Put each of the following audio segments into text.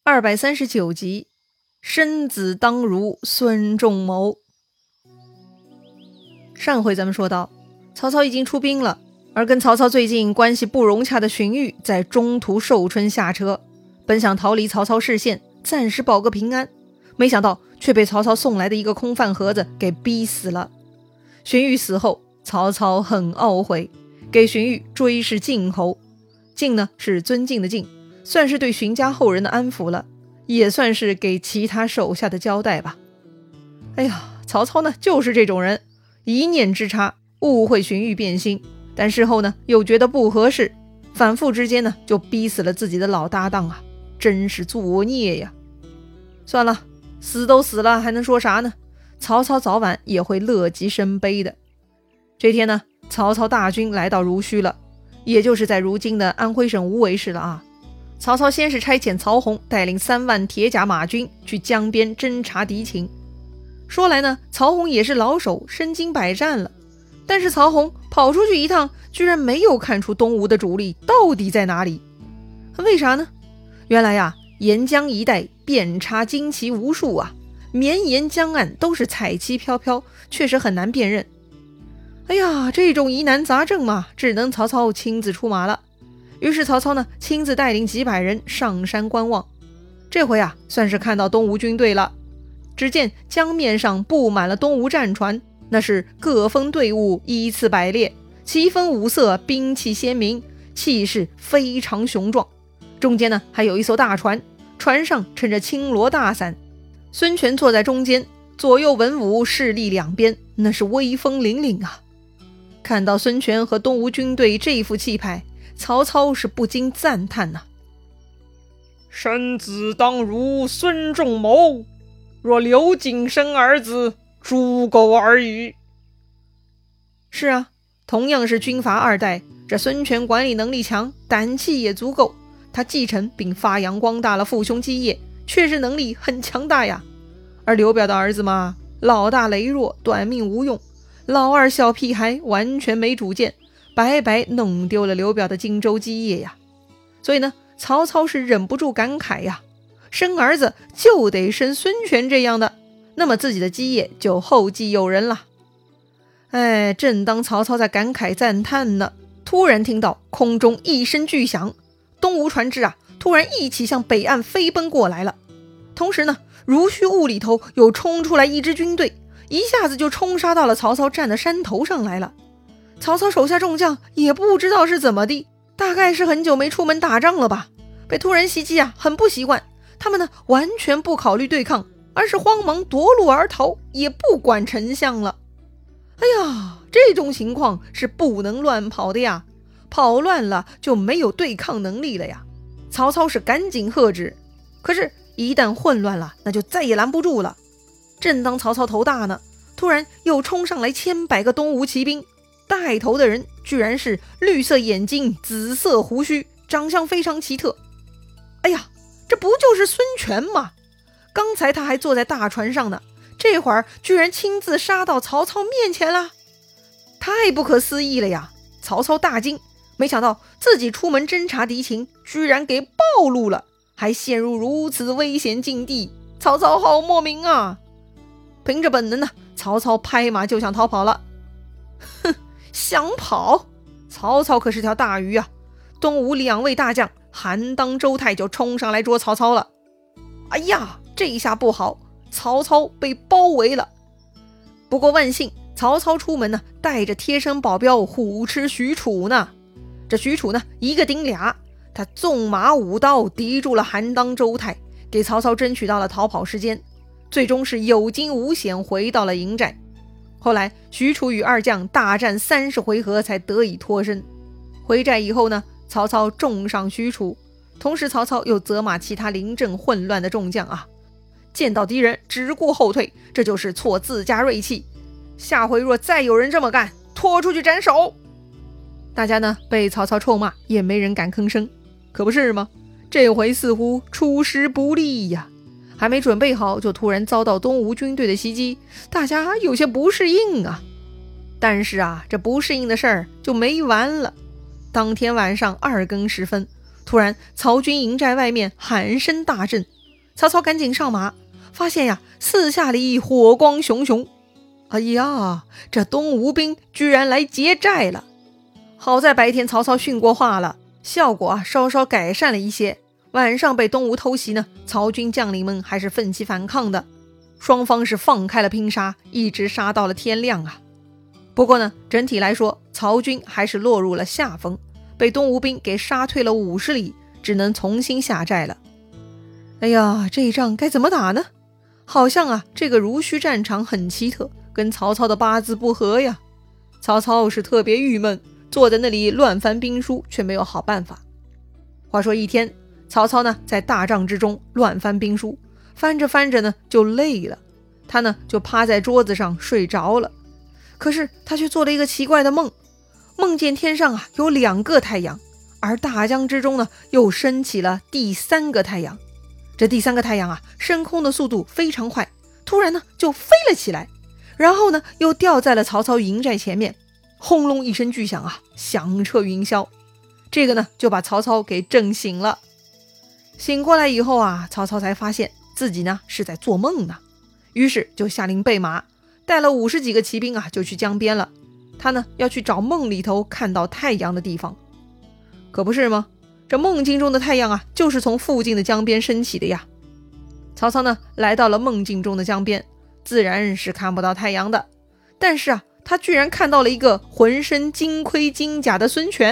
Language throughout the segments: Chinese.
239集，生子当如孙仲谋。上回咱们说到，曹操已经出兵了，而跟曹操最近关系不融洽的荀彧在中途受春下车，本想逃离曹操视线，暂时保个平安，没想到却被曹操送来的一个空饭盒子给逼死了。荀彧死后，曹操很懊悔，给荀彧追谥晋侯。晋呢是尊敬的敬，算是对荀家后人的安抚了，也算是给其他手下的交代吧。哎呀，曹操呢就是这种人，一念之差误会荀彧变心，但事后呢又觉得不合适，反复之间呢就逼死了自己的老搭档啊，真是作孽呀。算了，死都死了还能说啥呢？曹操早晚也会乐极生悲的。这天呢，曹操大军来到濡须了，也就是在如今的安徽省无为市了啊。曹操先是差遣曹洪带领3万铁甲马军去江边侦察敌情。说来呢，曹洪也是老手，身经百战了，但是曹洪跑出去一趟，居然没有看出东吴的主力到底在哪里。为啥呢？原来呀，沿江一带遍插旌旗无数啊，绵延江岸都是彩旗飘飘，确实很难辨认。哎呀，这种疑难杂症嘛，只能曹操亲自出马了。于是曹操呢，亲自带领几百人上山观望。这回啊，算是看到东吴军队了。只见江面上布满了东吴战船，那是各分队伍，依次摆列，旗分五色，兵器鲜明，气势非常雄壮。中间呢，还有一艘大船，船上撑着青罗大伞，孙权坐在中间，左右文武势力两边，那是威风凛凛啊。看到孙权和东吴军队这副气派，曹操是不禁赞叹呐： 生子当如孙仲谋，若刘景生儿子，猪狗而已。 是啊，同样是军阀二代，这孙权管理能力强，胆气也足够，他继承并发扬光大了父兄基业，确实能力很强大呀。而刘表的儿子嘛，老大羸弱，短命无用，老二小屁孩，完全没主见，白白弄丢了刘表的荆州基业呀。所以呢，曹操是忍不住感慨呀，生儿子就得生孙权这样的，那么自己的基业就后继有人了。哎，正当曹操在感慨赞叹呢，突然听到空中一声巨响，东吴船只啊，突然一起向北岸飞奔过来了。同时呢，濡须雾里头又冲出来一支军队，一下子就冲杀到了曹操站的山头上来了。曹操手下众将也不知道是怎么的，大概是很久没出门打仗了吧，被突然袭击啊，很不习惯。他们呢，完全不考虑对抗，而是慌忙夺路而逃，也不管丞相了。哎呀，这种情况是不能乱跑的呀，跑乱了就没有对抗能力了呀。曹操是赶紧喝止，可是一旦混乱了，那就再也拦不住了。正当曹操头大呢，突然又冲上来千百个东吴骑兵，带头的人居然是绿色眼睛、紫色胡须，长相非常奇特。哎呀，这不就是孙权吗？刚才他还坐在大船上呢，这会儿居然亲自杀到曹操面前了，太不可思议了呀！曹操大惊，没想到自己出门侦察敌情，居然给暴露了，还陷入如此危险境地，曹操好莫名啊！凭着本能呢，曹操拍马就想逃跑了。哼，想跑？曹操可是条大鱼啊！东吴2位大将韩当、周泰就冲上来捉曹操了。哎呀，这一下不好，曹操被包围了。不过万幸，曹操出门呢，带着贴身保镖虎痴许褚呢。这许褚呢，一个顶俩，他纵马舞刀敌住了韩当、周泰，给曹操争取到了逃跑时间，最终是有惊无险回到了营寨。后来许褚与二将大战30回合才得以脱身。回寨以后呢，曹操重赏许褚，同时曹操又责骂其他临阵混乱的众将啊，见到敌人只顾后退，这就是挫自家锐气，下回若再有人这么干，拖出去斩首。大家呢被曹操臭骂，也没人敢吭声，可不是吗？这回似乎出师不利呀，还没准备好就突然遭到东吴军队的袭击，大家有些不适应啊。但是啊，这不适应的事儿就没完了。当天晚上2更时分，突然曹军营寨外面喊声大震， 曹操赶紧上马，发现呀，四下里火光熊熊。哎呀，这东吴兵居然来劫寨了！好在白天曹操训过话了，效果稍稍改善了一些。晚上被东吴偷袭呢，曹军将领们还是奋起反抗的，双方是放开了拼杀，一直杀到了天亮啊。不过呢，整体来说，曹军还是落入了下风，被东吴兵给杀退了50里，只能重新下寨了。哎呀，这一仗该怎么打呢？好像这个濡须战场很奇特，跟曹操的八字不合呀。曹操是特别郁闷，坐在那里乱翻兵书，却没有好办法。话说一天，曹操呢在大帐之中乱翻兵书，翻着翻着呢就累了，他呢就趴在桌子上睡着了。可是他却做了一个奇怪的梦，梦见天上有2个太阳，而大江之中呢又升起了第3个太阳。这第3个太阳升空的速度非常快，突然呢就飞了起来，然后呢又掉在了曹操营寨前面，轰隆一声巨响响彻云霄。这个呢就把曹操给震醒了。醒过来以后曹操才发现自己呢是在做梦呢，于是就下令备马，带了50几个骑兵就去江边了。他呢要去找梦里头看到太阳的地方。可不是吗？这梦境中的太阳就是从附近的江边升起的呀。曹操呢来到了梦境中的江边，自然是看不到太阳的，但是他居然看到了一个浑身金盔金甲的孙权。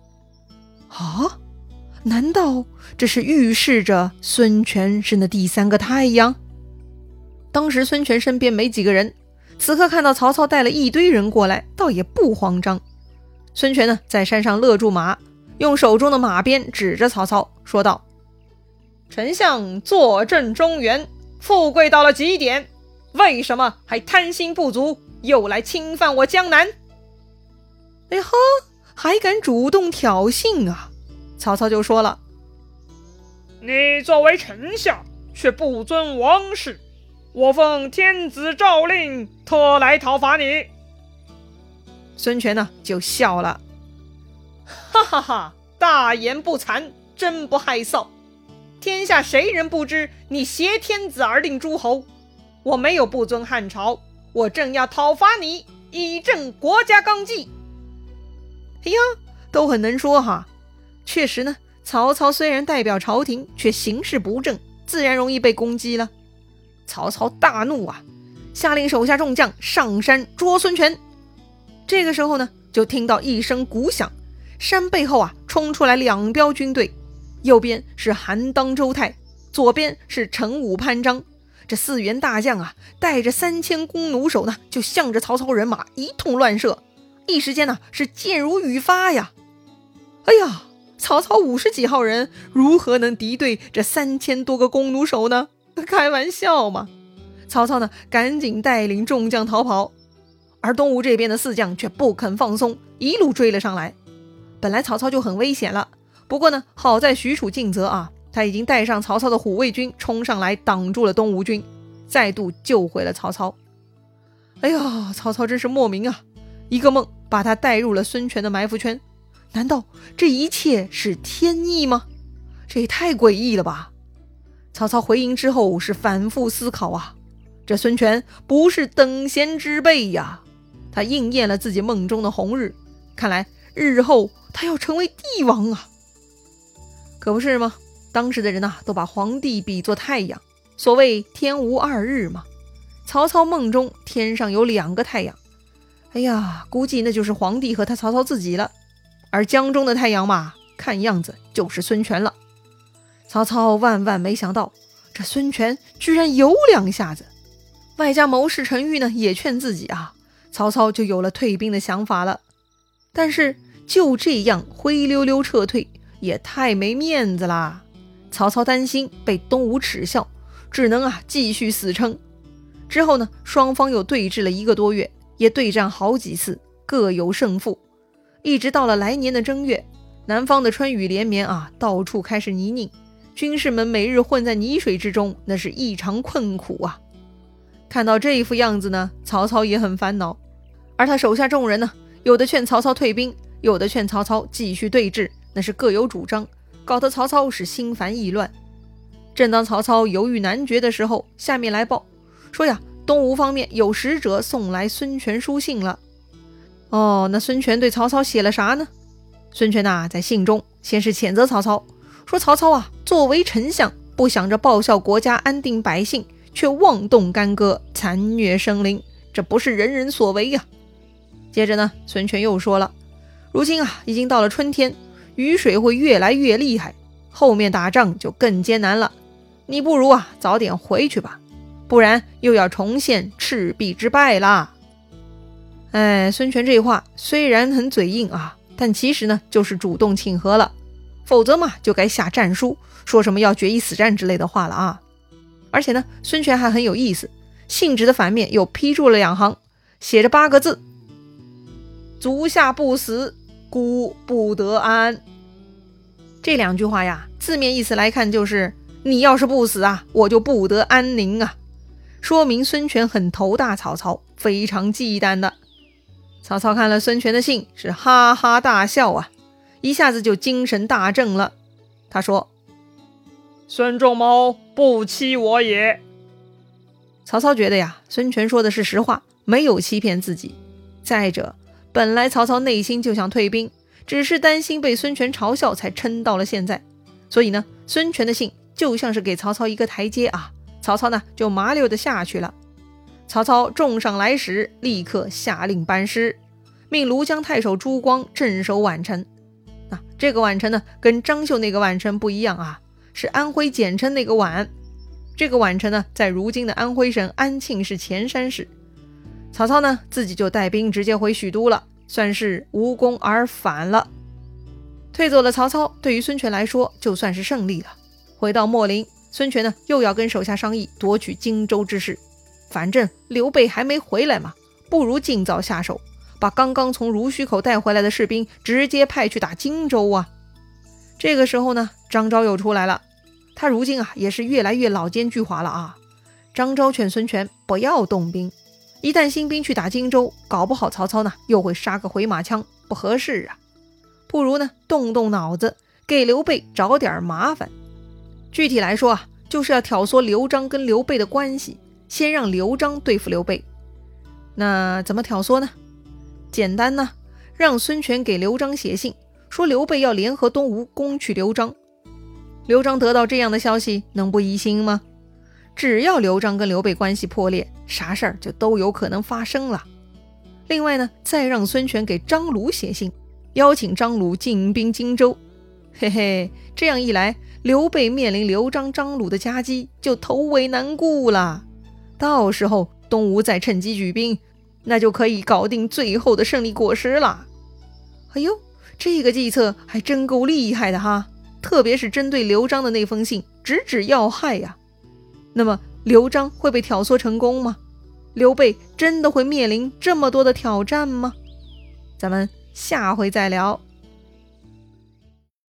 难道这是预示着孙权是那第3个太阳？当时孙权身边没几个人，此刻看到曹操带了一堆人过来，倒也不慌张。孙权呢在山上勒住马，用手中的马鞭指着曹操说道： 丞相坐镇中原，富贵到了极点，为什么还贪心不足，又来侵犯我江南？ 哎呵，还敢主动挑衅啊！曹操就说了： 你作为丞相，却不遵王室，我奉天子诏令，特来讨伐你。 孙权呢就笑了： 哈哈哈，大言不惭，真不害臊！天下谁人不知你挟天子而令诸侯？我没有不遵汉朝，我正要讨伐你，以正国家纲纪。 哎呀，都很能说哈。确实呢，曹操虽然代表朝廷，却行事不正，自然容易被攻击了。曹操大怒下令手下众将上山捉孙权。这个时候呢，就听到一声鼓响，山背后冲出来2彪军队，右边是韩当、周泰，左边是陈武、潘璋。这4员大将带着3000弓弩手呢，就向着曹操人马一通乱射，一时间呢是箭如雨发呀！哎呀，曹操50几号人如何能敌对这3000多个弓弩手呢？开玩笑嘛！曹操呢赶紧带领众将逃跑，而东吴这边的4将却不肯放松，一路追了上来。本来曹操就很危险了，不过呢好在许褚尽责他已经带上曹操的虎卫军冲上来挡住了东吴军，再度救回了曹操。哎呀，曹操真是莫名一个梦把他带入了孙权的埋伏圈。难道这一切是天意吗？这也太诡异了吧！曹操回营之后是反复思考这孙权不是等闲之辈呀，他应验了自己梦中的红日，看来日后他要成为帝王可不是吗？当时的人都把皇帝比作太阳，所谓天无2日嘛。曹操梦中天上有2个太阳，哎呀，估计那就是皇帝和他曹操自己了。而江中的太阳嘛，看样子就是孙权了。曹操万万没想到，这孙权居然有2下子，外加谋士陈玉呢也劝自己曹操就有了退兵的想法了。但是就这样灰溜溜撤退也太没面子啦。曹操担心被东吴耻笑，只能继续死撑。之后呢，双方又对峙了1个多月，也对战好几次，各有胜负。一直到了来年的正月，南方的春雨连绵到处开始泥泞，军士们每日混在泥水之中，那是异常困苦看到这一副样子呢，曹操也很烦恼。而他手下众人呢，有的劝曹操退兵，有的劝曹操继续对峙，那是各有主张，搞得曹操是心烦意乱。 正当曹操犹豫难决的时候，下面来报说呀，东吴方面有使者送来孙权书信了。那孙权对曹操写了啥呢？孙权在信中先是谴责曹操，说曹操作为丞相，不想着报效国家安定百姓，却妄动干戈，残虐生灵，这不是人人所为呀。接着呢，孙权又说了，如今已经到了春天，雨水会越来越厉害，后面打仗就更艰难了，你不如早点回去吧，不然又要重现赤壁之败啦。孙权这话虽然很嘴硬但其实呢就是主动请和了，否则嘛就该下战书，说什么要决一死战之类的话了而且呢，孙权还很有意思，信纸的反面又批注了2行，写着8个字：足下不死，孤不得安。这2句话呀，字面意思来看就是你要是不死我就不得安宁说明孙权很头大曹操，非常忌惮的。曹操看了孙权的信，是哈哈大笑一下子就精神大振了。他说： 孙仲谋不欺我也。 曹操觉得孙权说的是实话，没有欺骗自己。再者，本来曹操内心就想退兵，只是担心被孙权嘲笑才撑到了现在。所以呢，孙权的信就像是给曹操一个台阶曹操呢就麻溜的下去了。曹操重赏来使，立刻下令班师，命庐江太守朱光镇守宛城。这个宛城呢跟张绣那个宛城不一样是安徽简称那个宛。这个宛城呢在如今的安徽省安庆市潜山市。曹操呢自己就带兵直接回许都了，算是无功而返了。退走了曹操，对于孙权来说就算是胜利了。回到秣陵，孙权呢又要跟手下商议夺取荆州之事。反正刘备还没回来嘛，不如尽早下手，把刚刚从濡须口带回来的士兵直接派去打荆州这个时候呢，张昭又出来了。他如今也是越来越老奸巨猾了张昭劝孙权不要动兵，一旦新兵去打荆州，搞不好曹操呢又会杀个回马枪，不合适不如呢动动脑子，给刘备找点麻烦。具体来说就是要挑唆刘璋跟刘备的关系，先让刘璋对付刘备。那怎么挑唆呢？简单让孙权给刘璋写信，说刘备要联合东吴攻取刘璋。刘璋得到这样的消息，能不疑心吗？只要刘璋跟刘备关系破裂，啥事儿就都有可能发生了。另外呢，再让孙权给张鲁写信，邀请张鲁进兵荆州。嘿嘿，这样一来，刘备面临刘璋、张鲁的夹击，就头为难顾了。到时候东吴再趁机举兵，那就可以搞定最后的胜利果实了。哎呦，这个计策还真够厉害的特别是针对刘璋的那封信，直指要害那么刘璋会被挑唆成功吗？刘备真的会面临这么多的挑战吗？咱们下回再聊。